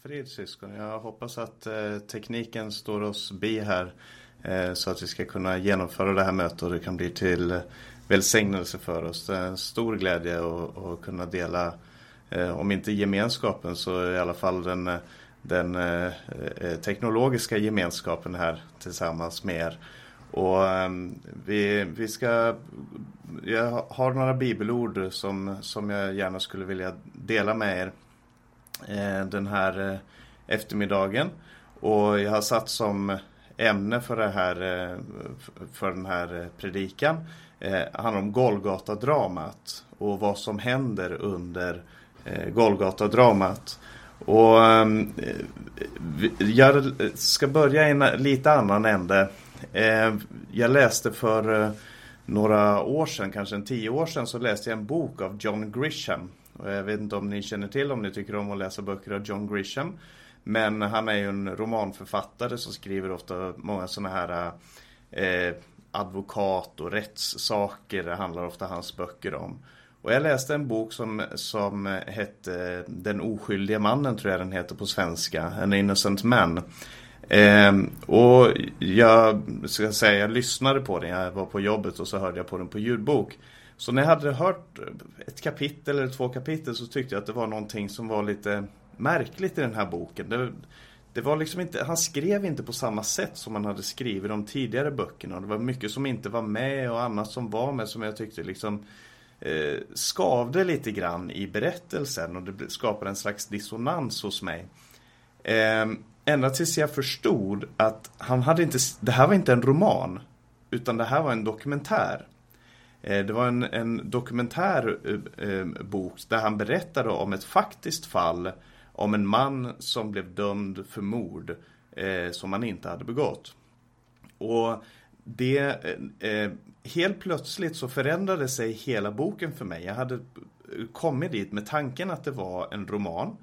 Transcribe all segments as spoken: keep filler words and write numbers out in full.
Frid syskon. Jag hoppas att eh, tekniken står oss bi här eh, så att vi ska kunna genomföra det här mötet och det kan bli till eh, välsignelse för oss. Det är en stor glädje att, att kunna dela, eh, om inte gemenskapen så i alla fall den, den eh, teknologiska gemenskapen här tillsammans med er. Och eh, vi, vi ska, jag har några bibelord som, som jag gärna skulle vilja dela med er den här eftermiddagen, och jag har satt som ämne för det här för den här predikan handlar om Golgata-dramat och vad som händer under Golgata-dramat. Och jag ska börja i en lite annan ände. Jag läste för några år sedan, kanske en tio år sedan, så läste jag en bok av John Grisham. Och jag vet inte om ni känner till, om ni tycker om att läsa böcker av John Grisham. Men han är ju en romanförfattare som skriver ofta många sådana här eh, advokat- och rättssaker. Det handlar ofta hans böcker om. Och jag läste en bok som, som hette Den oskyldiga mannen, tror jag den heter på svenska. An Innocent Man. Eh, och jag ska säga, jag lyssnade på den. Jag var på jobbet och så hörde jag på den på ljudbok. Så när jag hade hört ett kapitel eller två kapitel så tyckte jag att det var någonting som var lite märkligt i den här boken. Det, det var liksom inte, han skrev inte på samma sätt som han hade skrivit de tidigare böckerna. Det var mycket som inte var med och annat som var med som jag tyckte liksom eh, skavde lite grann i berättelsen, och det skapade en slags dissonans hos mig. Eh, ända tills jag förstod att han hade inte, det här var inte en roman utan det här var en dokumentär. Det var en, en dokumentär eh, bok där han berättade om ett faktiskt fall om en man som blev dömd för mord eh, som han inte hade begått. Och det eh, helt plötsligt så förändrade sig hela boken för mig. Jag hade kommit dit med tanken att det var en roman.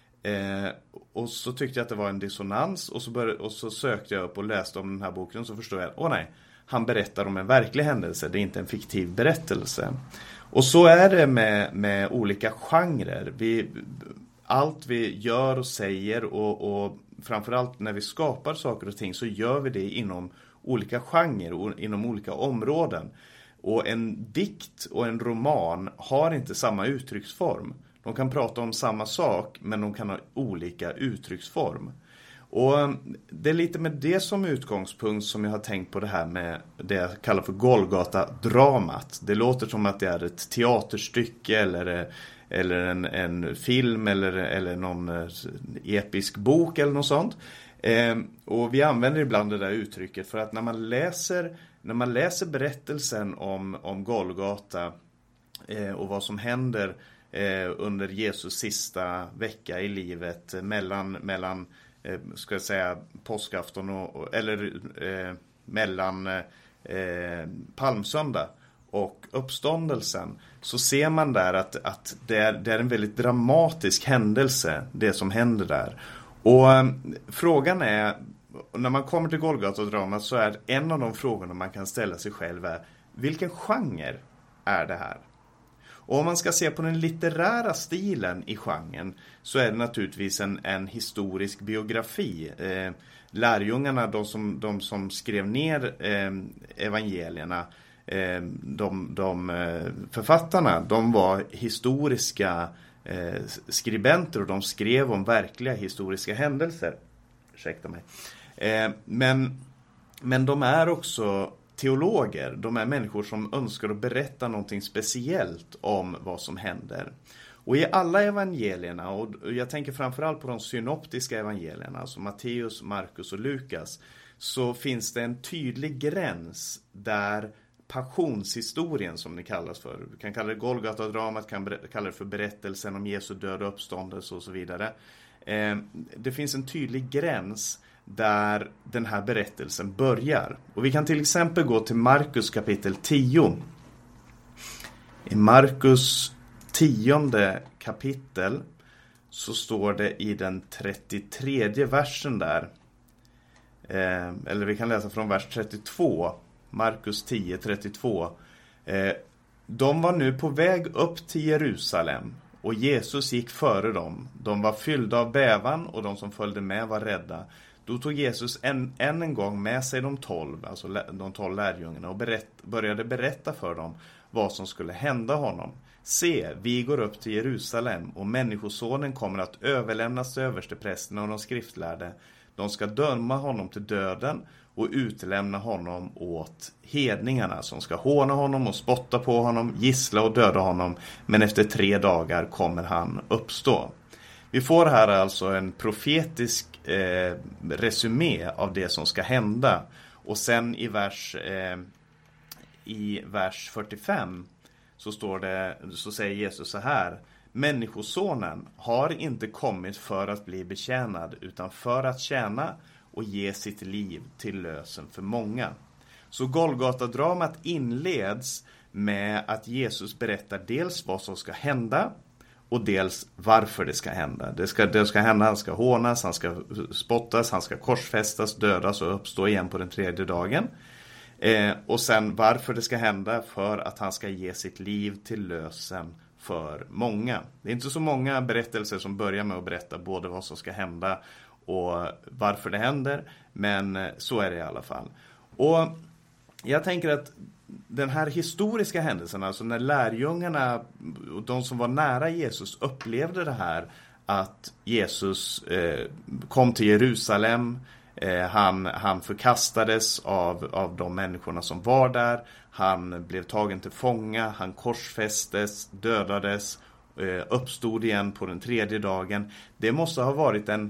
Eh, och så tyckte jag att det var en dissonans, och så, började, och så sökte jag upp och läste om den här boken, och så förstod jag, åh nej, han berättar om en verklig händelse, det är inte en fiktiv berättelse. Och så är det med, med olika genrer. Vi, allt vi gör och säger, och, och framförallt när vi skapar saker och ting, så gör vi det inom olika genrer och inom olika områden. Och en dikt och en roman har inte samma uttrycksform. De kan prata om samma sak, men de kan ha olika uttrycksform. Och det är lite med det som utgångspunkt som jag har tänkt på det här med det jag kallar för Golgata-dramat. Det låter som att det är ett teaterstycke eller, eller en, en film eller, eller någon episk bok eller något sånt. Eh, och vi använder ibland det där uttrycket för att när man läser, när man läser berättelsen om, om Golgata eh, och vad som händer eh, under Jesus sista vecka i livet mellan... mellan ska jag säga påskafton och, eller eh, mellan eh, palmsöndag och uppståndelsen, så ser man där att, att det, är, det är en väldigt dramatisk händelse, det som händer där. Och eh, frågan är, när man kommer till Golgata-dramat, så är en av de frågorna man kan ställa sig själv är, vilken genre är det här? Och om man ska se på den litterära stilen i genren, så är det naturligtvis en, en historisk biografi. Eh, lärjungarna, de som, de som skrev ner eh, evangelierna, eh, de, de eh, författarna, de var historiska eh, skribenter, och de skrev om verkliga historiska händelser. Ursäkta mig. Eh, men, men de är också teologer, de är människor som önskar att berätta någonting speciellt om vad som händer. Och i alla evangelierna, och jag tänker framförallt på de synoptiska evangelierna, alltså Matteus, Markus och Lukas, så finns det en tydlig gräns där passionshistorien, som det kallas för, vi kan kalla det Golgata-dramat, kan kalla det för berättelsen om Jesu död och uppståndelse och så vidare. Eh, det finns en tydlig gräns där den här berättelsen börjar. Och vi kan till exempel gå till Markus kapitel tio. I Markus tionde kapitel så står det i den trettiotredje versen där. Eh, eller vi kan läsa från vers trettiotvå. Markus tio trettiotvå. Eh, de var nu på väg upp till Jerusalem, och Jesus gick före dem. De var fyllda av bävan och de som följde med var rädda. Då tog Jesus än, än en gång med sig de tolv, alltså de tolv lärjungarna, och berätt, började berätta för dem vad som skulle hända honom. Se, vi går upp till Jerusalem och människosonen kommer att överlämnas till översteprästerna och de skriftlärde. De ska döma honom till döden och utlämna honom åt hedningarna som ska håna honom och spotta på honom, gissla och döda honom. Men efter tre dagar kommer han uppstå. Vi får här alltså en profetisk eh, resumé av det som ska hända. Och sen i vers, eh, i vers fyrtiofem så, står det, så säger Jesus så här: Människosonen har inte kommit för att bli betjänad utan för att tjäna och ge sitt liv till lösen för många. Så Golgata-dramat inleds med att Jesus berättar dels vad som ska hända och dels varför det ska hända. Det ska, det ska hända, han ska hånas, han ska spottas, han ska korsfästas, dödas och uppstå igen på den tredje dagen. Eh, och sen varför det ska hända, för att han ska ge sitt liv till lösen för många. Det är inte så många berättelser som börjar med att berätta både vad som ska hända och varför det händer, men så är det i alla fall. Och jag tänker att den här historiska händelsen, alltså när lärjungarna och de som var nära Jesus upplevde det här, att Jesus eh, kom till Jerusalem, eh, han, han förkastades av, av de människorna som var där, han blev tagen till fånga, han korsfästes, dödades, eh, uppstod igen på den tredje dagen. Det måste ha varit en,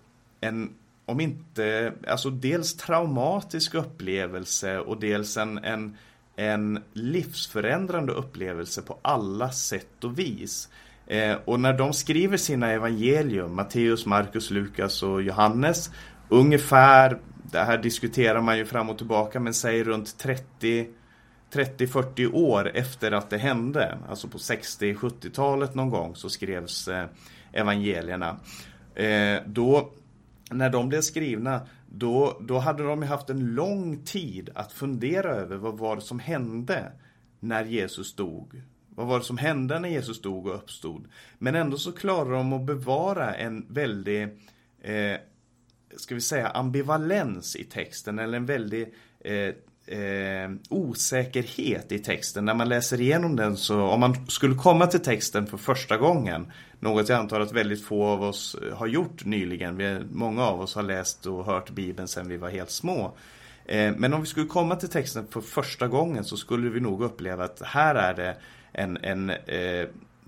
en om inte, alltså dels traumatisk upplevelse och dels en, en, en livsförändrande upplevelse på alla sätt och vis. Eh, och när de skriver sina evangelium, Matteus, Markus, Lukas och Johannes, ungefär, det här diskuterar man ju fram och tillbaka, men säger runt trettio till fyrtio år efter att det hände, alltså på sextio-sjuttiotalet någon gång, så skrevs eh, evangelierna. Eh, då När de blev skrivna, då, då hade de haft en lång tid att fundera över vad var det som hände när Jesus dog. Vad var det som hände när Jesus dog och uppstod? Men ändå så klarar de att bevara en väldig, eh, ska vi säga, ambivalens i texten, eller en väldig eh, Eh, osäkerhet i texten. När man läser igenom den, så om man skulle komma till texten för första gången, något jag antar att väldigt få av oss har gjort nyligen, vi, många av oss har läst och hört Bibeln sedan vi var helt små, eh, men om vi skulle komma till texten för första gången, så skulle vi nog uppleva att här är det en, en eh,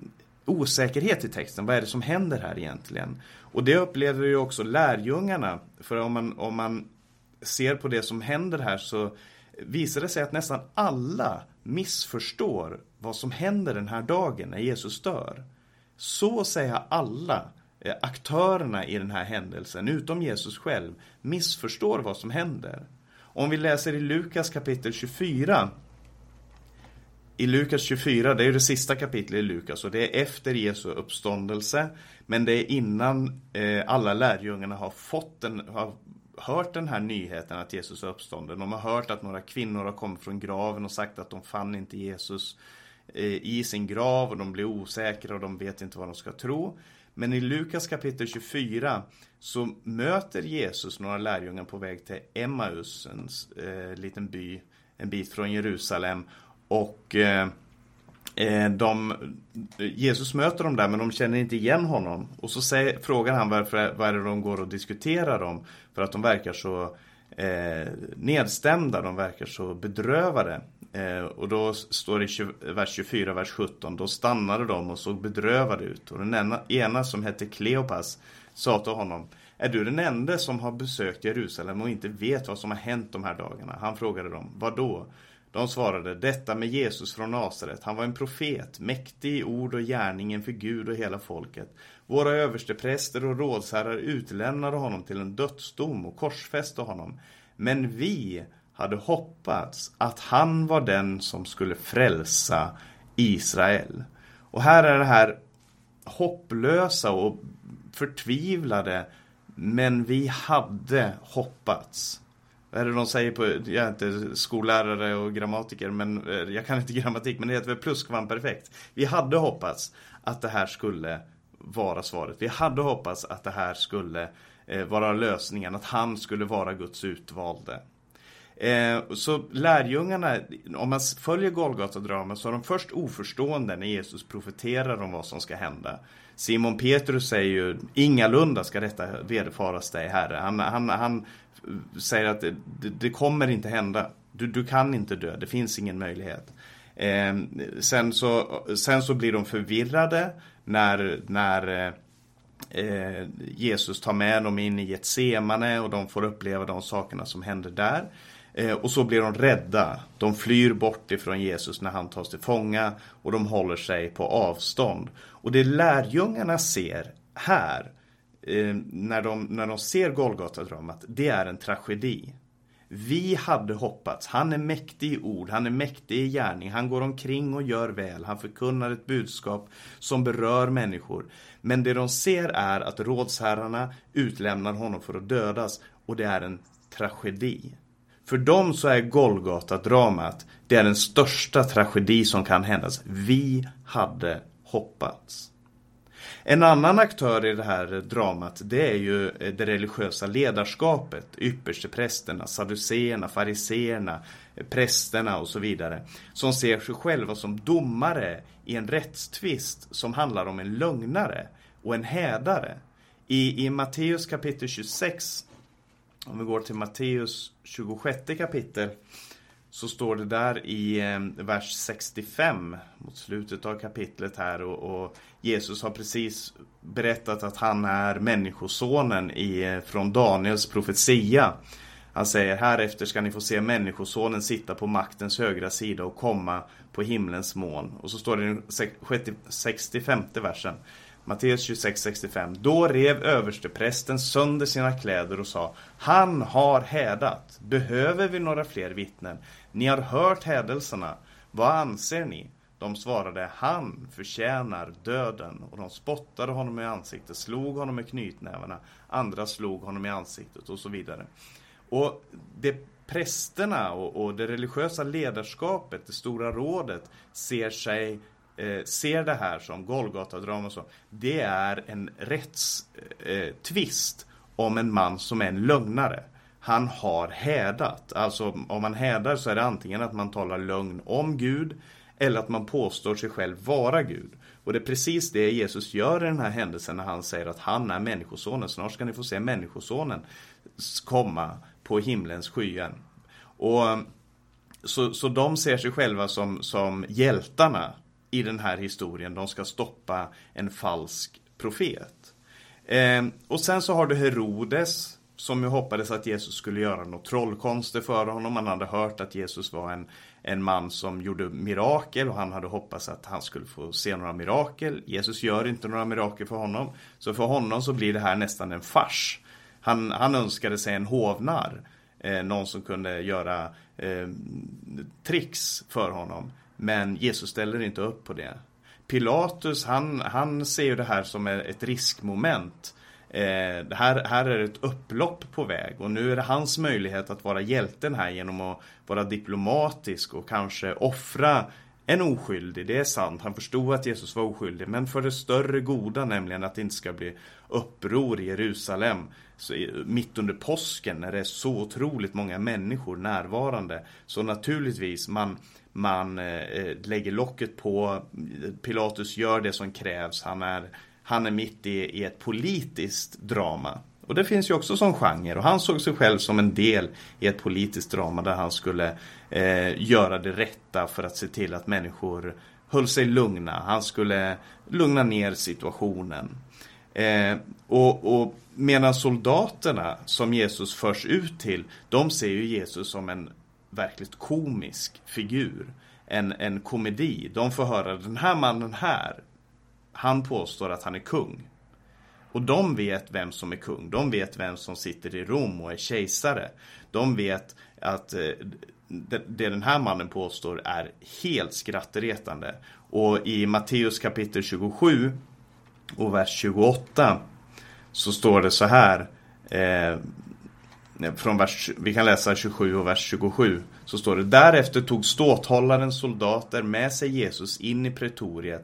osäkerhet i texten. Vad är det som händer här egentligen? Och det upplever ju också lärjungarna, för om man, om man ser på det som händer här, så visar det sig att nästan alla missförstår vad som händer den här dagen när Jesus dör. Så att säga alla eh, aktörerna i den här händelsen, utom Jesus själv, missförstår vad som händer. Om vi läser i Lukas kapitel tjugofyra, i Lukas tjugofyra, det är det sista kapitlet i Lukas, och det är efter Jesu uppståndelse, men det är innan eh, alla lärjungarna har fått en, har hört den här nyheten att Jesus är uppstånden. De har hört att några kvinnor har kommit från graven och sagt att de fann inte Jesus eh, i sin grav, och de blir osäkra och de vet inte vad de ska tro. Men i Lukas kapitel tjugofyra så möter Jesus några lärjungar på väg till Emmaus, en eh, liten by en bit från Jerusalem, och eh, de, Jesus möter dem där, men de känner inte igen honom. Och så säger, frågar han varför, vad är det de går och diskuterar om, för att de verkar så eh, nedstämda, de verkar så bedrövade. Eh, och då står det i vers tjugofyra, vers sjutton, då stannade de och såg bedrövade ut. Och den ena, ena som hette Kleopas sa till honom: är du den enda som har besökt Jerusalem och inte vet vad som har hänt de här dagarna? Han frågade dem: vad då? De svarade: detta med Jesus från Nasaret. Han var en profet, mäktig i ord och gärningen för Gud och hela folket. Våra överstepräster och rådsherrar utlämnade honom till en dödsdom och korsfäste honom. Men vi hade hoppats att han var den som skulle frälsa Israel. Och här är det här hopplösa och förtvivlade: men vi hade hoppats. Vad är det de säger på, jag är inte skollärare och grammatiker, men jag kan inte grammatik, men det heter väl pluskvamperfekt. Vi hade hoppats att det här skulle vara svaret. Vi hade hoppats att det här skulle eh, vara lösningen, att han skulle vara Guds utvalde. Eh, så lärjungarna, om man följer Golgata-dramat, så är de först oförstående när Jesus profeterar om vad som ska hända. Simon Petrus säger ju, ingalunda ska detta vederfaras dig, Herre. Han, han, han säger att det, det kommer inte hända. Du, du kan inte dö, det finns ingen möjlighet. Eh, sen, så, sen så blir de förvirrade när, när eh, Jesus tar med dem in i Getsemane och de får uppleva de sakerna som händer där. Eh, och så blir de rädda. De flyr bort ifrån Jesus när han tas till fånga och de håller sig på avstånd. Och det lärjungarna ser här eh, när, de, när de ser Golgata-dramat, det är en tragedi. Vi hade hoppats, han är mäktig i ord, han är mäktig i gärning, han går omkring och gör väl, han förkunnar ett budskap som berör människor. Men det de ser är att rådsherrarna utlämnar honom för att dödas, och det är en tragedi. För dem så är Golgata-dramat, det är den största tragedi som kan händas. Vi hade hoppats. En annan aktör i det här dramat, det är ju det religiösa ledarskapet, yppersteprästerna, saduceerna, fariseerna, prästerna och så vidare, som ser sig själva som domare i en rättstvist som handlar om en lögnare och en hädare. I, i Matteus kapitel tjugosex, om vi går till Matteus tjugosjätte kapitel, så står det där i eh, vers sextiofem mot slutet av kapitlet här, och, och Jesus har precis berättat att han är människosonen i, från Daniels profetia. Han säger, härefter ska ni få se människosonen sitta på maktens högra sida och komma på himlens moln. Och så står det i den sextiofemte versen, Matteus tjugosex sextiofem. Då rev översteprästen sönder sina kläder och sa, han har hädat. Behöver vi några fler vittnen? Ni har hört hädelserna. Vad anser ni? De svarade, han förtjänar döden. Och de spottade honom i ansiktet, slog honom med knytnävarna. Andra slog honom i ansiktet och så vidare. Och det prästerna och, och det religiösa ledarskapet, det stora rådet, ser sig Eh, ser det här som Golgata-drama, så det är en rättstvist eh, om en man som är en lögnare. Han har hädat. Alltså om man hädar så är det antingen att man talar lögn om Gud eller att man påstår sig själv vara Gud. Och det är precis det Jesus gör i den här händelsen när han säger att han är människosonen. Snart ska ni få se människosonen komma på himlens skyen. Och så, så de ser sig själva som, som hjältarna i den här historien. De ska stoppa en falsk profet. Eh, och sen så har du Herodes, som ju hoppades att Jesus skulle göra något trollkonster för honom. Man hade hört att Jesus var en, en man som gjorde mirakel, och han hade hoppats att han skulle få se några mirakel. Jesus gör inte några mirakel för honom. Så för honom så blir det här nästan en fars. Han, han önskade sig en hovnar. Eh, någon som kunde göra eh, tricks för honom. Men Jesus ställer inte upp på det. Pilatus, han, han ser ju det här som ett riskmoment. Eh, det här, här är ett upplopp på väg. Och nu är det hans möjlighet att vara hjälten här genom att vara diplomatisk och kanske offra en oskyldig. Det är sant, han förstod att Jesus var oskyldig. Men för det större goda, nämligen att det inte ska bli uppror i Jerusalem. Så mitt under påsken när det är så otroligt många människor närvarande. Så naturligtvis man... Man eh, lägger locket på. Pilatus gör det som krävs. Han är, han är mitt i, i ett politiskt drama. Och det finns ju också som genre. Och han såg sig själv som en del i ett politiskt drama där han skulle eh, göra det rätta för att se till att människor höll sig lugna. Han skulle lugna ner situationen. Eh, och, och medan soldaterna som Jesus förs ut till, de ser ju Jesus som en verkligt komisk figur. En, en komedi. De får höra, den här mannen här, han påstår att han är kung. Och de vet vem som är kung. De vet vem som sitter i Rom och är kejsare. De vet att eh, det, det den här mannen påstår är helt skrattretande. Och i Matteus kapitel tjugosju och vers tjugoåtta så står det så här... Eh, Från vers, vi kan läsa tjugosju och vers tjugosju. Så står det: därefter tog ståthållarens soldater med sig Jesus in i pretoriet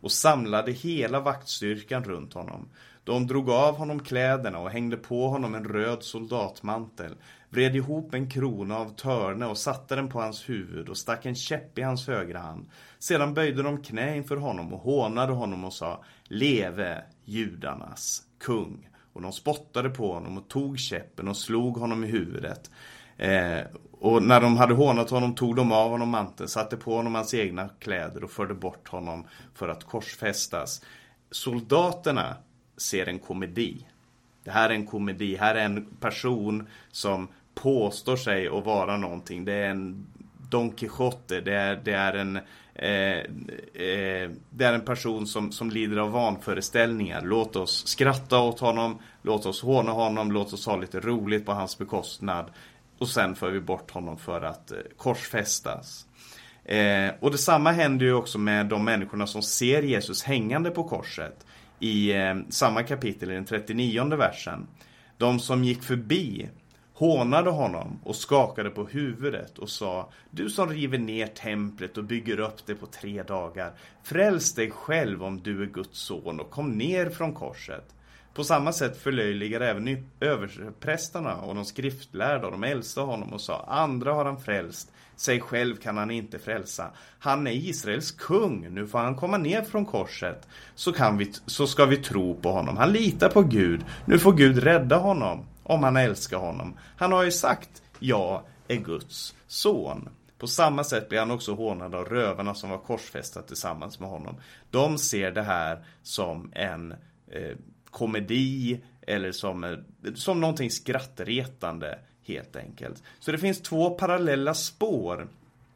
och samlade hela vaktstyrkan runt honom. De drog av honom kläderna och hängde på honom en röd soldatmantel, vred ihop en krona av törne och satte den på hans huvud och stack en käpp i hans högra hand. Sedan böjde de knä inför honom och hånade honom och sa: Leve judarnas kung. Och de spottade på honom och tog käppen och slog honom i huvudet. Eh, och när de hade hånat honom tog de av honom manteln, satte på honom hans egna kläder och förde bort honom för att korsfästas. Soldaterna ser en komedi. Det här är en komedi. Här är en person som påstår sig att vara någonting. Det är en Don Quixote. Det är, det är en eh, eh, det är en person som, som lider av vanföreställningar. Låt oss skratta åt honom. Låt oss håna honom. Låt oss ha lite roligt på hans bekostnad. Och sen för vi bort honom för att eh, korsfästas. Eh, och detsamma händer ju också med de människorna som ser Jesus hängande på korset. I eh, samma kapitel, i den trettionionde versen. De som gick förbi hånade honom och skakade på huvudet och sa: Du som river ner templet och bygger upp det på tre dagar, fräls dig själv om du är Guds son och kom ner från korset. På samma sätt förlöjligar även överprästarna och de skriftlärda och de äldste honom och sa: Andra har han frälst, sig själv kan han inte frälsa. Han är Israels kung, nu får han komma ner från korset, så, kan vi, så ska vi tro på honom. Han litar på Gud, nu får Gud rädda honom om han älskar honom. Han har ju sagt: Jag är Guds son. På samma sätt blir han också hånad av rövarna som var korsfästa tillsammans med honom. De ser det här som en eh, komedi eller som, som någonting skrattretande helt enkelt. Så det finns två parallella spår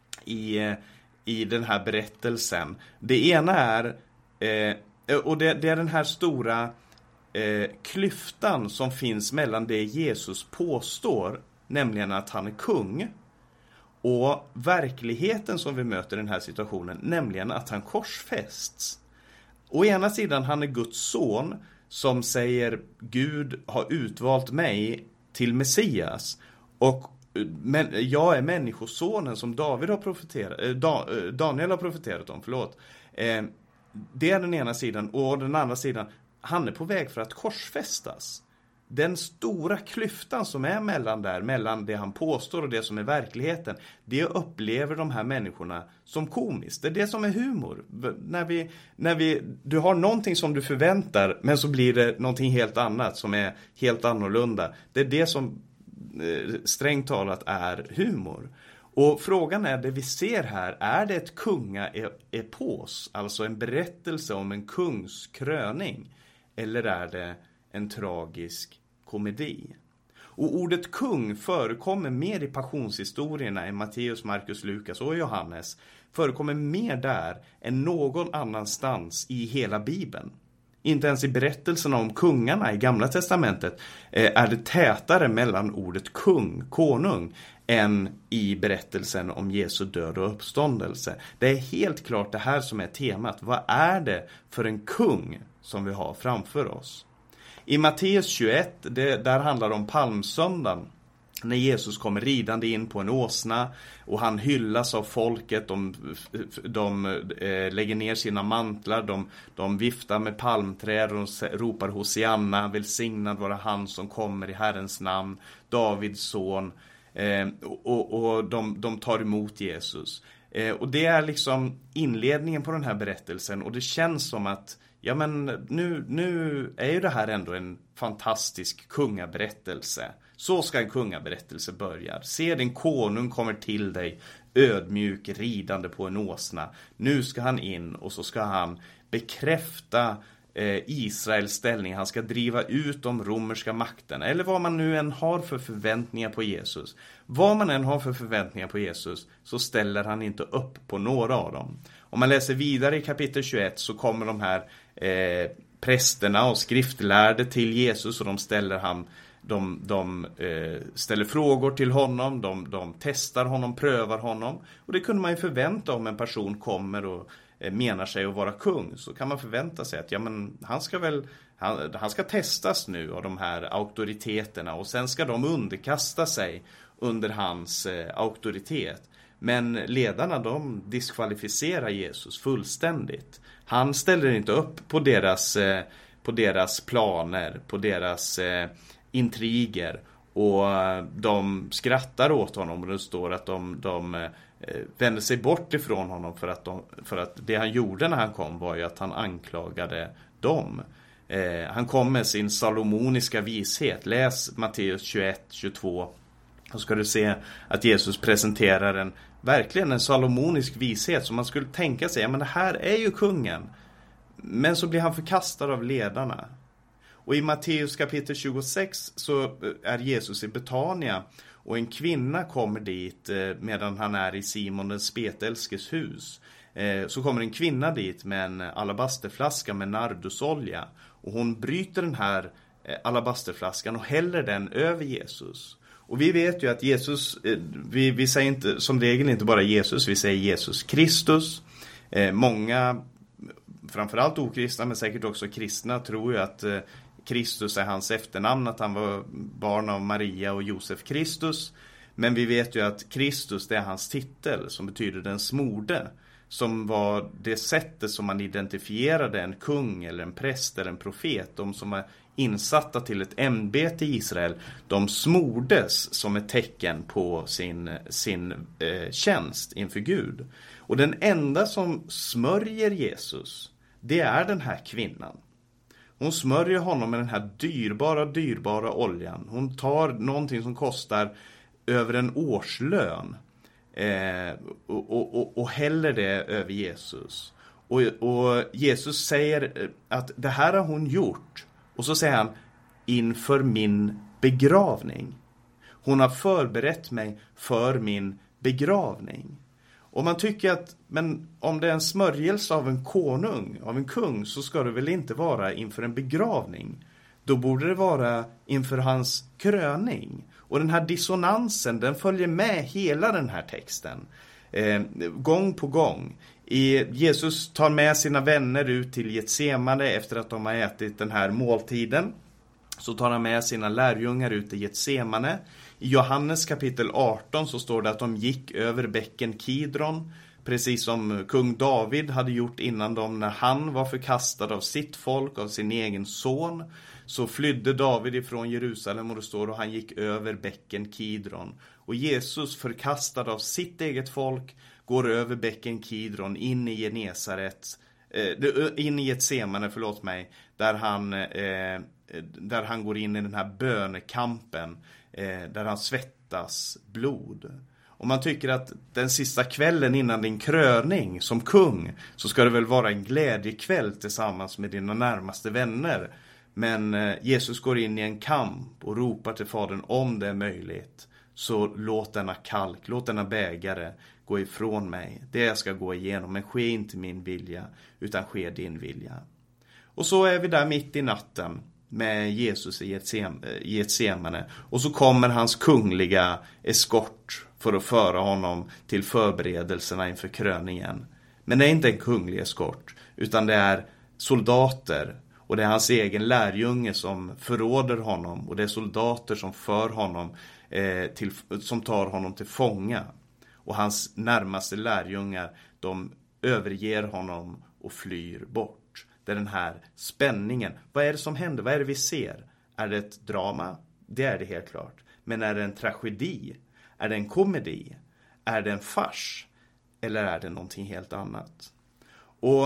i, i den här berättelsen. Det ena är eh, och det, det är den här stora eh, klyftan som finns mellan det Jesus påstår, nämligen att han är kung, och verkligheten som vi möter i den här situationen, nämligen att han korsfästs. Å ena sidan, han är Guds son som säger: Gud har utvalt mig till Messias, och men, jag är människosonen som David har profeterat, da, Daniel har profeterat om, förlåt. Eh, det är den ena sidan, och den andra sidan, han är på väg för att korsfästas. Den stora klyftan som är mellan där, mellan det han påstår och det som är verkligheten, det upplever de här människorna som komiskt. Det är det som är humor. När vi, när vi, du har någonting som du förväntar, men så blir det någonting helt annat som är helt annorlunda. Det är det som eh, strängt talat är humor. Och frågan är, det vi ser här, är det ett kungaepos, alltså en berättelse om en kungs kröning, eller är det en tragisk komedi? Och ordet kung förekommer mer i passionshistorierna än Matteus, Markus, Lukas och Johannes. Förekommer mer där än någon annanstans i hela Bibeln. Inte ens i berättelserna om kungarna i Gamla testamentet är det tätare mellan ordet kung, konung, än i berättelsen om Jesu död och uppståndelse. Det är helt klart det här som är temat. Vad är det för en kung som vi har framför oss? I Matteus tjugoett, det, där handlar det om palmsöndagen, när Jesus kommer ridande in på en åsna och han hyllas av folket. De, de eh, lägger ner sina mantlar, de, de viftar med palmträd och ropar Hosianna, välsignad vara han som kommer i Herrens namn, Davids son. Eh, och och de, de tar emot Jesus. Eh, och det är liksom inledningen på den här berättelsen, och det känns som att ja, men nu, nu är ju det här ändå en fantastisk kungaberättelse. Så ska en kungaberättelse börja. Se, din konung kommer till dig, ödmjuk, ridande på en åsna. Nu ska han in och så ska han bekräfta eh, Israels ställning. Han ska driva ut de romerska makterna. Eller vad man nu än har för förväntningar på Jesus. Vad man än har för förväntningar på Jesus, så ställer han inte upp på några av dem. Om man läser vidare i kapitel tjugoett så kommer de här eh, prästerna och skriftlärde till Jesus, och de ställer, han, de, de, eh, ställer frågor till honom, de, de testar honom, prövar honom. Och det kunde man ju förvänta om en person kommer och eh, menar sig att vara kung. Så kan man förvänta sig att ja, men han ska väl han, han ska testas nu av de här auktoriteterna, och sen ska de underkasta sig under hans eh, auktoritet. Men ledarna, de diskvalificerar Jesus fullständigt. Han ställer inte upp på deras, eh, på deras planer, på deras eh, intriger. Och de skrattar åt honom, och det står att de, de eh, vände sig bort ifrån honom för att, de, för att det han gjorde när han kom var ju att han anklagade dem. Eh, han kom med sin salomoniska vishet. Läs Matteus tjugoett tjugotvå. Då ska du se att Jesus presenterar en verkligen en salomonisk vishet som man skulle tänka sig, ja, men det här är ju kungen. Men så blir han förkastad av ledarna. Och i Matteus kapitel tjugosex så är Jesus i Betania, och en kvinna kommer dit medan han är i Simon den spetälskes hus. Så kommer en kvinna dit med en alabasterflaska med nardusolja, och hon bryter den här alabasterflaskan och häller den över Jesus. Och vi vet ju att Jesus, vi, vi säger inte som regel inte bara Jesus, vi säger Jesus Kristus. Många, framförallt okristna men säkert också kristna, tror ju att Kristus är hans efternamn, att han var barn av Maria och Josef Kristus. Men vi vet ju att Kristus, det är hans titel, som betyder den smorde, som var det sättet som man identifierade en kung eller en präst eller en profet. De som var insatta till ett ämbete i Israel, de smordes som ett tecken på sin, sin eh, tjänst inför Gud. Och den enda som smörjer Jesus, det är den här kvinnan. Hon smörjer honom med den här dyrbara, dyrbara oljan. Hon tar någonting som kostar över en årslön eh, och, och, och, och häller det över Jesus. Och, och Jesus säger att det här har hon gjort. Och så säger han, inför min begravning. Hon har förberett mig för min begravning. Och man tycker att, men om det är en smörjelse av en konung, av en kung, så ska det väl inte vara inför en begravning. Då borde det vara inför hans kröning. Och den här dissonansen, den följer med hela den här texten. Eh, gång på gång. I, Jesus tar med sina vänner ut till Getsemane efter att de har ätit den här måltiden. Så tar han med sina lärjungar ut till Getsemane. I Johannes kapitel arton så står det att de gick över bäcken Kidron, precis som kung David hade gjort innan dem när han var förkastad av sitt folk, av sin egen son. Så flydde David ifrån Jerusalem, och det står att han gick över bäcken Kidron. Och Jesus, förkastad av sitt eget folk, går över bäcken Kidron in i Genesaret, eh, in i Getsemane, förlåt mig, där han, eh, där han går in i den här bönekampen, eh, där han svettas blod. Och man tycker att den sista kvällen innan din kröning som kung, så ska det väl vara en glädjekväll tillsammans med dina närmaste vänner. Men eh, Jesus går in i en kamp och ropar till Fadern, om det är möjligt, så låt denna kalk, låt denna bägare gå ifrån mig. Det jag ska gå igenom, men ske inte min vilja, utan ske din vilja. Och så är vi där mitt i natten med Jesus i Getsemane. Och så kommer hans kungliga eskort för att föra honom till förberedelserna inför kröningen. Men det är inte en kunglig eskort, utan det är soldater. Och det är hans egen lärjunge som förråder honom. Och det är soldater som för honom eh, till, som tar honom till fånga. Och hans närmaste lärjungar, de överger honom och flyr bort. Det är den här spänningen. Vad är det som händer? Vad är det vi ser? Är det ett drama? Det är det helt klart. Men är det en tragedi? Är det en komedi? Är det en fars? Eller är det någonting helt annat? Och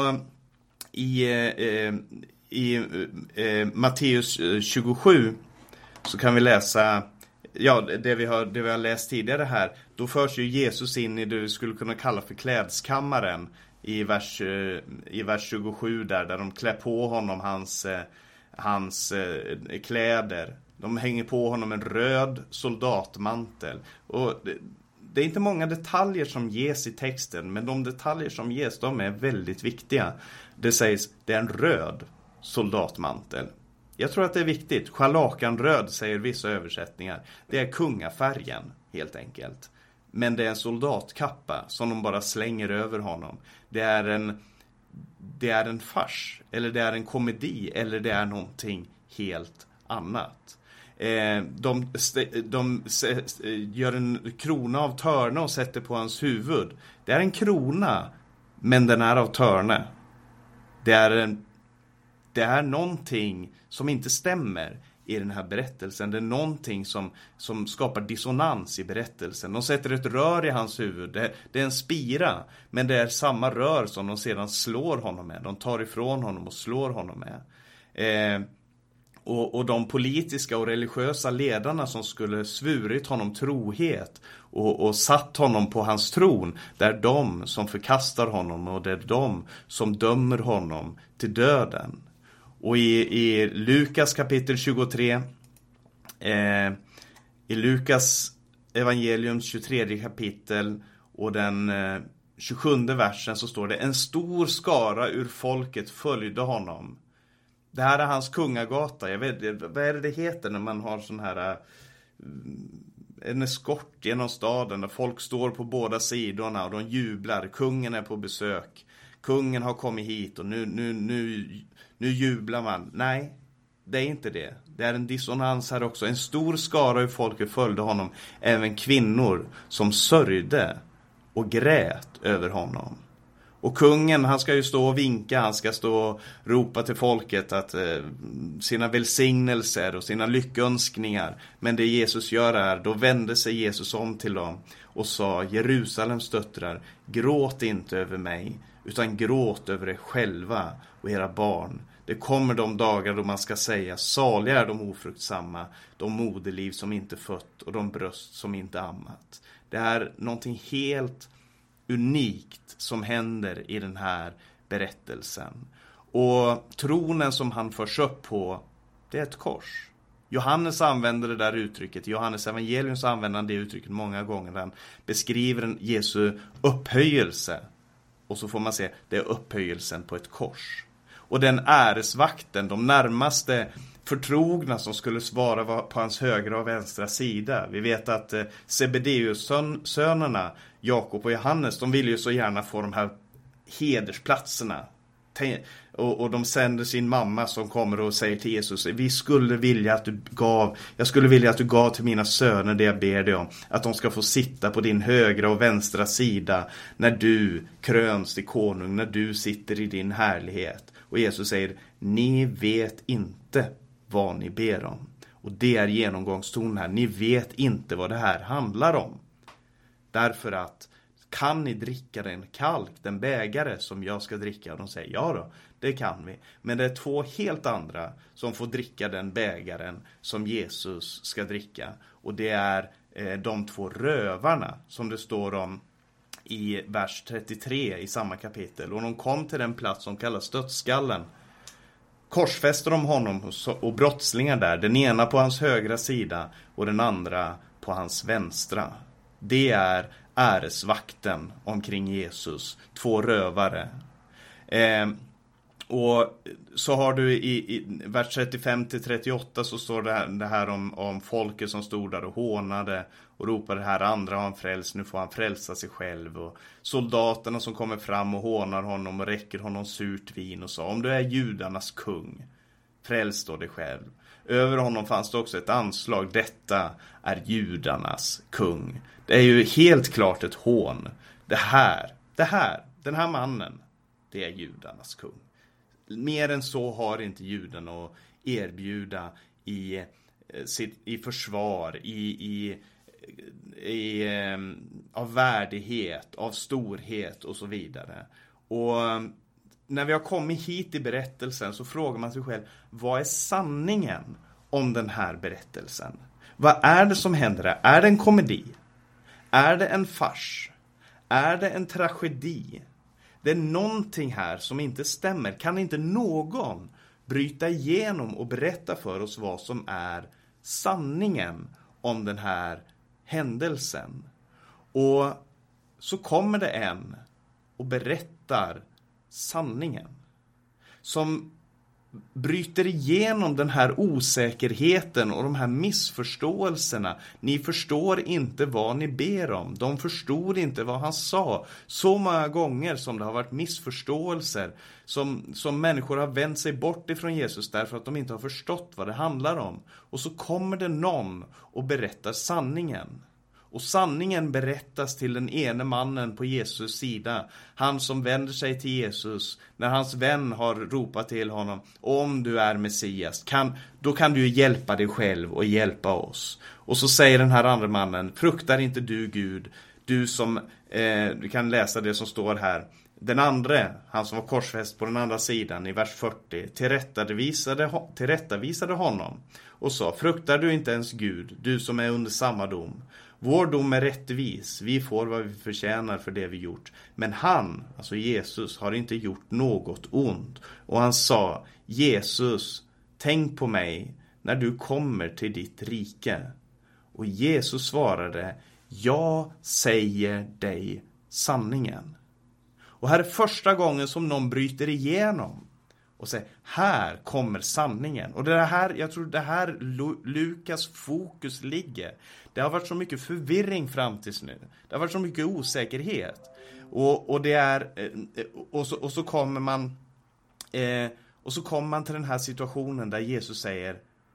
i, eh, i eh, Matteus tjugosju så kan vi läsa, ja, det vi har, det vi har läst tidigare här. Då förs ju Jesus in i det vi skulle kunna kalla för klädskammaren i vers, i vers tjugosju där, där de klär på honom hans, hans kläder. De hänger på honom en röd soldatmantel. Och det, det är inte många detaljer som ges i texten, men de detaljer som ges, de är väldigt viktiga. Det sägs, det är en röd soldatmantel. Jag tror att det är viktigt. Scharlakanröd säger vissa översättningar. Det är kungafärgen helt enkelt. Men det är en soldatkappa som de bara slänger över honom. Det är en, det är en fars, eller det är en komedi, eller det är någonting helt annat. Eh, de, de, de gör en krona av törne och sätter på hans huvud. Det är en krona, men den är av törne. Det är, en, det är någonting som inte stämmer i den här berättelsen. Det är någonting som, som skapar dissonans i berättelsen. De sätter ett rör i hans huvud. Det, det är en spira, men det är samma rör som de sedan slår honom med. De tar ifrån honom och slår honom med. Eh, och, och de politiska och religiösa ledarna som skulle svurit honom trohet och, och satt honom på hans tron, det är de som förkastar honom och det är de som dömer honom till döden. Och i, i Lukas kapitel tjugotre, eh, i Lukas evangeliums tjugotredje kapitel och den eh, tjugosjunde versen så står det: en stor skara ur folket följde honom. Det här är hans kungagata. Jag vet, vad är det det heter när man har sån här en eskort genom staden där folk står på båda sidorna och de jublar. Kungen är på besök. Kungen har kommit hit och nu, nu, nu, nu jublar man. Nej, det är inte det. Det är en dissonans här också. En stor skara ur folket följde honom. Även kvinnor som sörjde och grät över honom. Och kungen, han ska ju stå och vinka, han ska stå och ropa till folket att eh, sina välsignelser och sina lyckönskningar. Men det Jesus gör är, då vände sig Jesus om till dem och sa: Jerusalems döttrar, gråt inte över mig, utan gråt över er själva och era barn. Det kommer de dagar då man ska säga: saliga är de ofruktsamma, de moderliv som inte fött och de bröst som inte ammat. Det är någonting helt unikt som händer i den här berättelsen. Och tronen som han förs upp på, det är ett kors. Johannes använder det där uttrycket. I Johannes evangelium så använder han det uttrycket många gånger. Han beskriver en Jesu upphöjelse. Och så får man se, det är upphöjelsen på ett kors. Och den äresvakten, de närmaste förtrogna som skulle svara på hans högra och vänstra sida. Vi vet att eh, Zebedeus sönerna, Jakob och Johannes, de vill ju så gärna få de här hedersplatserna. Och, och de sänder sin mamma som kommer och säger till Jesus: vi skulle vilja att du gav, jag skulle vilja att du gav till mina söner det jag ber dig om, att de ska få sitta på din högra och vänstra sida när du kröns till konung, när du sitter i din härlighet. Och Jesus säger: ni vet inte vad ni ber om. Och det är genomgångston här. Ni vet inte vad det här handlar om. Därför att kan ni dricka den kalk, den bägare som jag ska dricka? Och de säger: ja då, det kan vi. Men det är två helt andra som får dricka den bägaren som Jesus ska dricka. Och det är eh, de två rövarna som det står om i vers trettiotre i samma kapitel. Och de kom till den plats som kallas dödsskallen. Korsfäster de honom och brottslingar där, den ena på hans högra sida och den andra på hans vänstra. Det är äresvakten omkring Jesus, två rövare. Eh, och så har du i, i vers trettiofem till trettioåtta så står det här, det här om, om folket som stod där och hånade och ropade: det här andra har han frälst, nu får han frälsa sig själv. Och soldaterna som kommer fram och hånar honom och räcker honom surt vin och sa: om du är judarnas kung, fräls då dig själv. Över honom fanns det också ett anslag: detta är judarnas kung. Det är ju helt klart ett hån. Det här, det här, den här mannen, det är judarnas kung. Mer än så har inte judarna att erbjuda i, i försvar, i, i, i, av värdighet, av storhet och så vidare. Och när vi har kommit hit i berättelsen så frågar man sig själv: vad är sanningen om den här berättelsen? Vad är det som händer här? Är det en komedi? Är det en fars? Är det en tragedi? Det är någonting här som inte stämmer. Kan inte någon bryta igenom och berätta för oss vad som är sanningen om den här händelsen? Och så kommer det en och berättar sanningen. Som bryter igenom den här osäkerheten och de här missförståelserna. Ni förstår inte vad ni ber om. De förstod inte vad han sa. Så många gånger som det har varit missförståelser. Som, som människor har vänt sig bort ifrån Jesus därför att de inte har förstått vad det handlar om. Och så kommer det någon och berättar sanningen. Och sanningen berättas till den ene mannen på Jesus sida. Han som vänder sig till Jesus när hans vän har ropat till honom: om du är Messias, kan, då kan du ju hjälpa dig själv och hjälpa oss. Och så säger den här andra mannen: fruktar inte du Gud, du som, eh, du kan läsa det som står här. Den andra, han som var korsfäst på den andra sidan i vers fyrtio, tillrättavisade, tillrättavisade honom och sa: fruktar du inte ens Gud, du som är under samma dom? Vår dom är rättvis, vi får vad vi förtjänar för det vi gjort. Men han, alltså Jesus, har inte gjort något ont. Och han sa: Jesus, tänk på mig när du kommer till ditt rike. Och Jesus svarade: jag säger dig sanningen. Och här är första gången som någon bryter igenom och säger: här kommer sanningen. Och det är här, jag tror det här Lukas fokus ligger. Det har varit så mycket förvirring fram tills nu. Det har varit så mycket osäkerhet. Och, och det är och så, och så kommer man eh, och så kommer man till den här situationen där Jesus säger: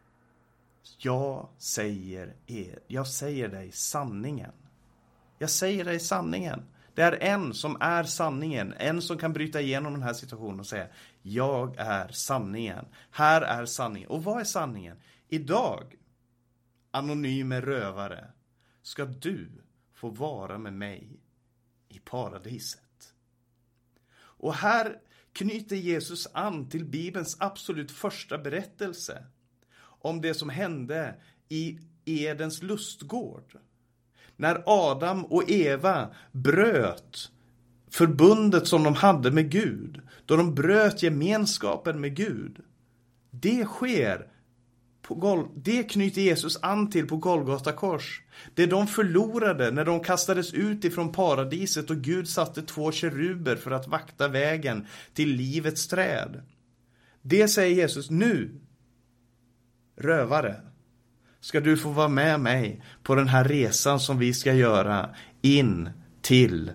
jag säger er, jag säger dig sanningen. Jag säger dig sanningen. Det är en som är sanningen. En som kan bryta igenom den här situationen och säga: jag är sanningen. Här är sanningen. Och vad är sanningen? Idag, anonyme rövare, ska du få vara med mig i paradiset. Och här knyter Jesus an till Bibelns absolut första berättelse om det som hände i Edens lustgård. När Adam och Eva bröt förbundet som de hade med Gud. Då de bröt gemenskapen med Gud. Det sker på Gol- det knyter Jesus an till på Golgata kors. Det de förlorade när de kastades ut ifrån paradiset och Gud satte två keruber för att vakta vägen till livets träd. Det säger Jesus: nu, rövare, ska du få vara med mig på den här resan som vi ska göra in till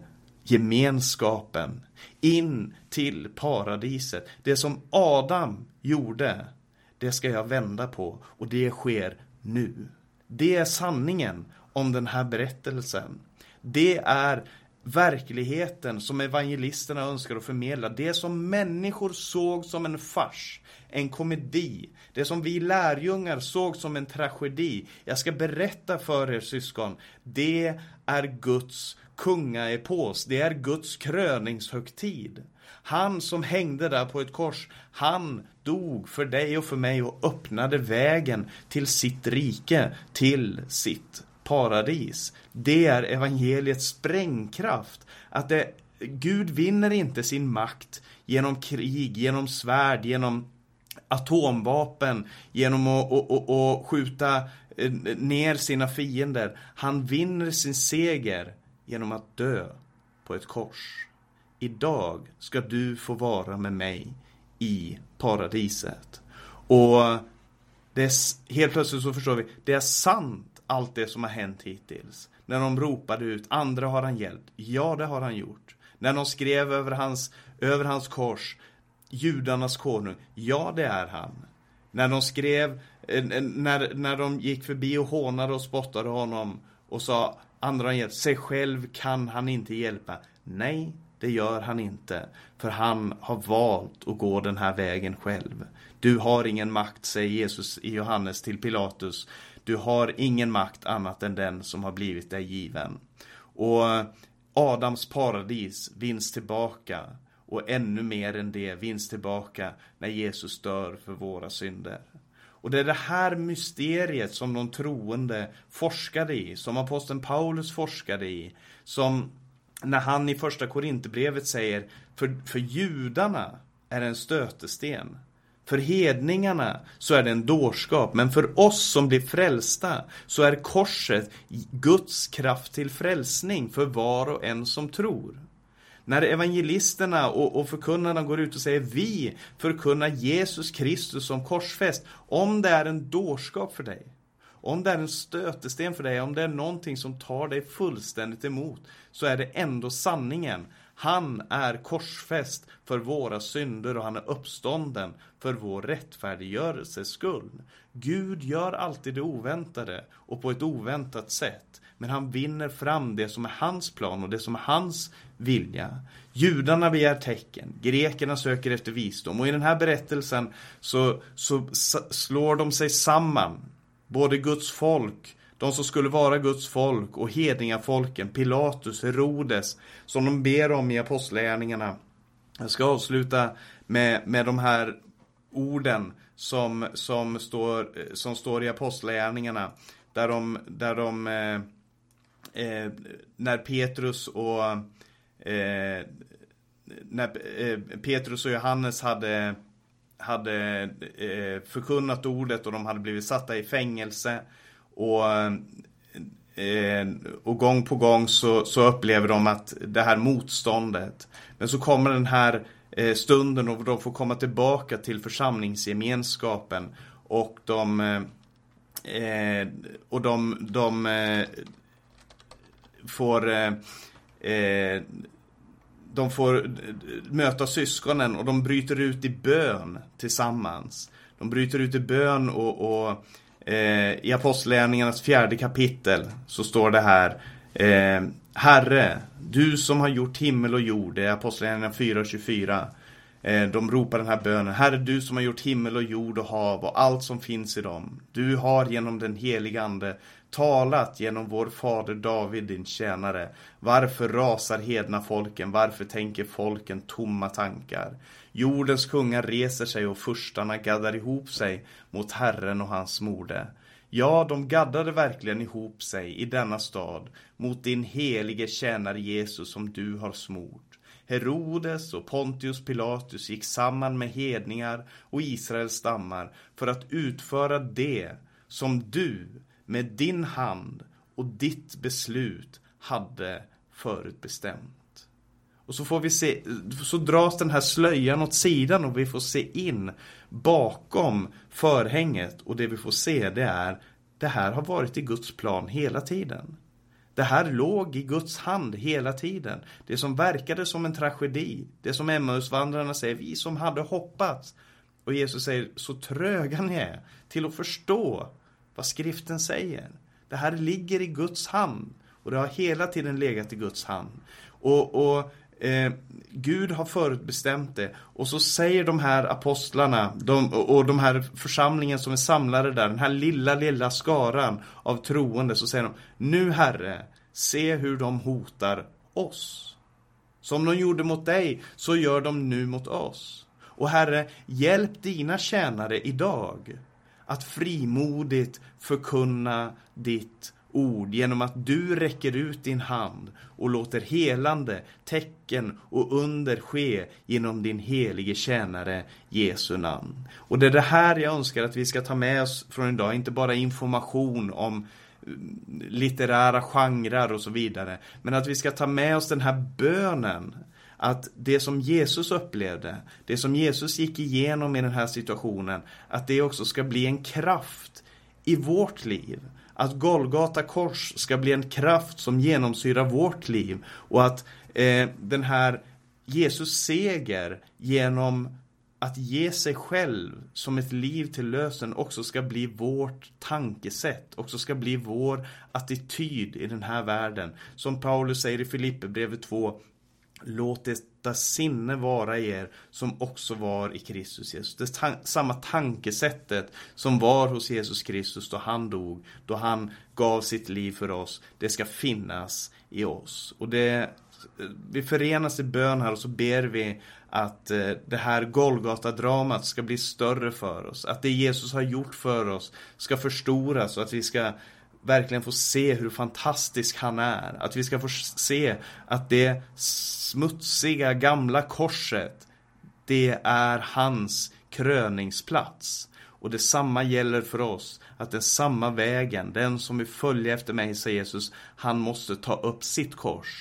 gemenskapen, in till paradiset. Det som Adam gjorde, det ska jag vända på, och det sker nu. Det är sanningen om den här berättelsen. Det är verkligheten som evangelisterna önskar att förmedla. Det som människor såg som en fars, en komedi. Det som vi lärjungar såg som en tragedi. Jag ska berätta för er syskon. Det är Guds kungaepos. Det är Guds kröningshögtid. Han som hängde där på ett kors, han dog för dig och för mig och öppnade vägen till sitt rike, till sitt paradis. Det är evangeliets sprängkraft. Att det, Gud vinner inte sin makt genom krig, genom svärd, genom atomvapen, genom att och, och, och skjuta ner sina fiender. Han vinner sin seger genom att dö på ett kors. Idag ska du få vara med mig i paradiset. Och det är, helt plötsligt så förstår vi, det är sant allt det som har hänt hittills. När de ropade ut: andra har han hjälpt. Ja, det har han gjort. När de skrev över hans, över hans kors: judarnas konung. Ja, det är han. När de skrev, när, när de gick förbi och hånade och spottade honom och sa: andra har hjälpt. Sig själv kan han inte hjälpa. Nej, det gör han inte. För han har valt att gå den här vägen själv. Du har ingen makt, säger Jesus i Johannes till Pilatus. Du har ingen makt annat än den som har blivit dig given. Och Adams paradis vinns tillbaka. Och ännu mer än det vinns tillbaka när Jesus dör för våra synder. Och det är det här mysteriet som de troende forskade i. Som aposteln Paulus forskade i. Som när han i första Korinthierbrevet säger: för, för judarna är det en stötesten. För hedningarna så är det en dårskap. Men för oss som blir frälsta så är korset Guds kraft till frälsning för var och en som tror. När evangelisterna och, och förkunnarna går ut och säger vi förkunnar Jesus Kristus som korsfäst. Om det är en dårskap för dig, om det är en stötesten för dig, om det är någonting som tar dig fullständigt emot, så är det ändå sanningen. Han är korsfäst för våra synder och han är uppstånden för vår rättfärdiggörelses skull. Gud gör alltid det oväntade och på ett oväntat sätt. Men han vinner fram det som är hans plan och det som är hans vilja. Judarna begär tecken, grekerna söker efter visdom. Och i den här berättelsen så, så slår de sig samman. Både Guds folk, de som skulle vara Guds folk, och hedningafolken, Pilatus, Herodes, som de ber om i apostlagärningarna. Jag ska avsluta med, med de här orden som, som, står, som står i apostlagärningarna. Där de, där de eh, eh, när Petrus och eh, när eh, Petrus och Johannes hade hade eh, förkunnat ordet och de hade blivit satta i fängelse, och eh, och gång på gång så, så upplever de att det här motståndet, men så kommer den här eh, stunden och de får komma tillbaka till församlingsgemenskapen, och de eh, och de, de eh, får eh, eh, de får möta syskonen och de bryter ut i bön tillsammans. De bryter ut i bön och, och eh, i apostlagärningarnas fjärde kapitel så står det här: eh, Herre, du som har gjort himmel och jord. Det är apostlagärningarna fyra tjugofyra. Eh, de ropar den här bönen: Herre, du som har gjort himmel och jord och hav och allt som finns i dem. Du har genom den heliga ande talat genom vår fader David, din tjänare. Varför rasar hedna folken? Varför tänker folken tomma tankar? Jordens kungar reser sig och furstarna gaddar ihop sig mot Herren och hans mode. Ja, de gaddade verkligen ihop sig i denna stad mot din helige tjänare Jesus som du har smort. Herodes och Pontius Pilatus gick samman med hedningar och Israels stammar för att utföra det som du med din hand och ditt beslut hade förutbestämt. Och så får vi se, så dras den här slöjan åt sidan och vi får se in bakom förhänget, och det vi får se, det är: det här har varit i Guds plan hela tiden. Det här låg i Guds hand hela tiden. Det som verkade som en tragedi, det som Emmausvandrarna säger, vi som hade hoppats. Och Jesus säger: så tröga ni är till att förstå vad skriften säger. Det här ligger i Guds hand, och det har hela tiden legat i Guds hand. Och, och eh, Gud har förutbestämt det. Och så säger de här apostlarna de, och de här församlingen som är samlade där, den här lilla, lilla skaran av troende, så säger de: nu Herre, se hur de hotar oss. Som de gjorde mot dig, så gör de nu mot oss. Och Herre, hjälp dina tjänare idag att frimodigt förkunna ditt ord genom att du räcker ut din hand och låter helande, tecken och under ske genom din helige tjänare Jesu namn. Och det är det här jag önskar att vi ska ta med oss från idag, inte bara information om litterära genrer och så vidare, men att vi ska ta med oss den här bönen, att det som Jesus upplevde, det som Jesus gick igenom i den här situationen, att det också ska bli en kraft i vårt liv. Att Golgata kors ska bli en kraft som genomsyrar vårt liv. Och att eh, den här Jesus seger genom att ge sig själv som ett liv till lösen också ska bli vårt tankesätt, också ska bli vår attityd i den här världen. Som Paulus säger i Filipperbrevet två: låt detta sinne vara i er som också var i Kristus Jesus. Det ta- samma tankesättet som var hos Jesus Kristus då han dog, då han gav sitt liv för oss, det ska finnas i oss. Och det, vi förenas i bön här och så ber vi att eh, det här Golgata-dramat ska bli större för oss. Att det Jesus har gjort för oss ska förstoras och att vi ska verkligen få se hur fantastisk han är. Att vi ska få se att det smutsiga gamla korset, det är hans kröningsplats. Och det samma gäller för oss. Att den samma vägen, den som vill följa efter mig, säger Jesus, han måste ta upp sitt kors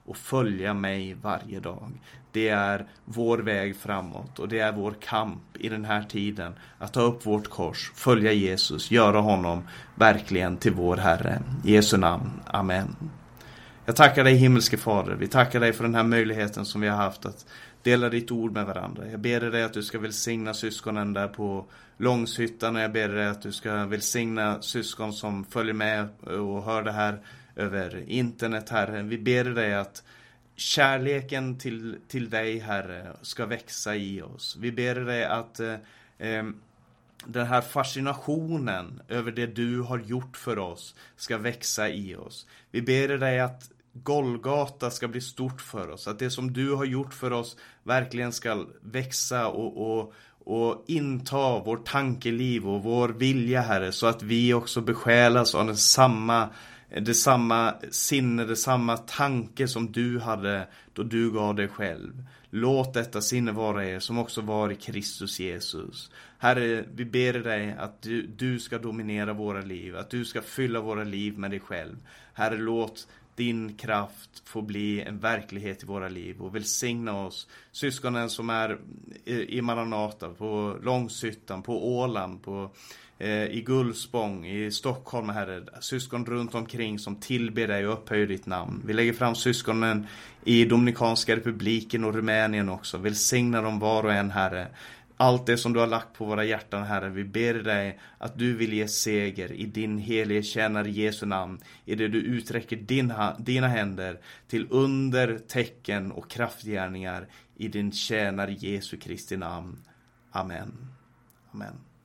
och följa mig varje dag. Det är vår väg framåt och det är vår kamp i den här tiden att ta upp vårt kors, följa Jesus, göra honom verkligen till vår Herre. I Jesu namn. Amen. Jag tackar dig, himmelske Fader. Vi tackar dig för den här möjligheten som vi har haft att dela ditt ord med varandra. Jag ber dig att du ska välsigna syskonen där på Långshyttan, och jag ber dig att du ska välsigna syskon som följer med och hör det här över internet, Herre. Vi ber dig att kärleken till, till dig, Herre, ska växa i oss. Vi ber dig att eh, den här fascinationen över det du har gjort för oss ska växa i oss. Vi ber dig att Golgata ska bli stort för oss. Att det som du har gjort för oss verkligen ska växa och, och, och inta vår tankeliv och vår vilja, Herre. Så att vi också besjälas av den samma, det samma sinne, det samma tanke som du hade då du gav dig själv. Låt detta sinne vara er som också var i Kristus Jesus. Herre, vi ber dig att du, du ska dominera våra liv. Att du ska fylla våra liv med dig själv. Herre, låt din kraft får bli en verklighet i våra liv och välsigna oss. Syskonen som är i Maranata, på Långshyttan, på Åland, på, eh, i Gullspång, i Stockholm, Herre. Syskon runt omkring som tillber dig och upphöjer ditt namn. Vi lägger fram syskonen i Dominikanska republiken och Rumänien också. Välsigna dem var och en, Herre. Allt det som du har lagt på våra hjärtan, Herre, vi ber dig att du vill ge seger i din helige tjänare Jesu namn, i det du uträcker din, dina händer till under, tecken och kraftgärningar i din tjänare Jesu Kristi namn. Amen. Amen.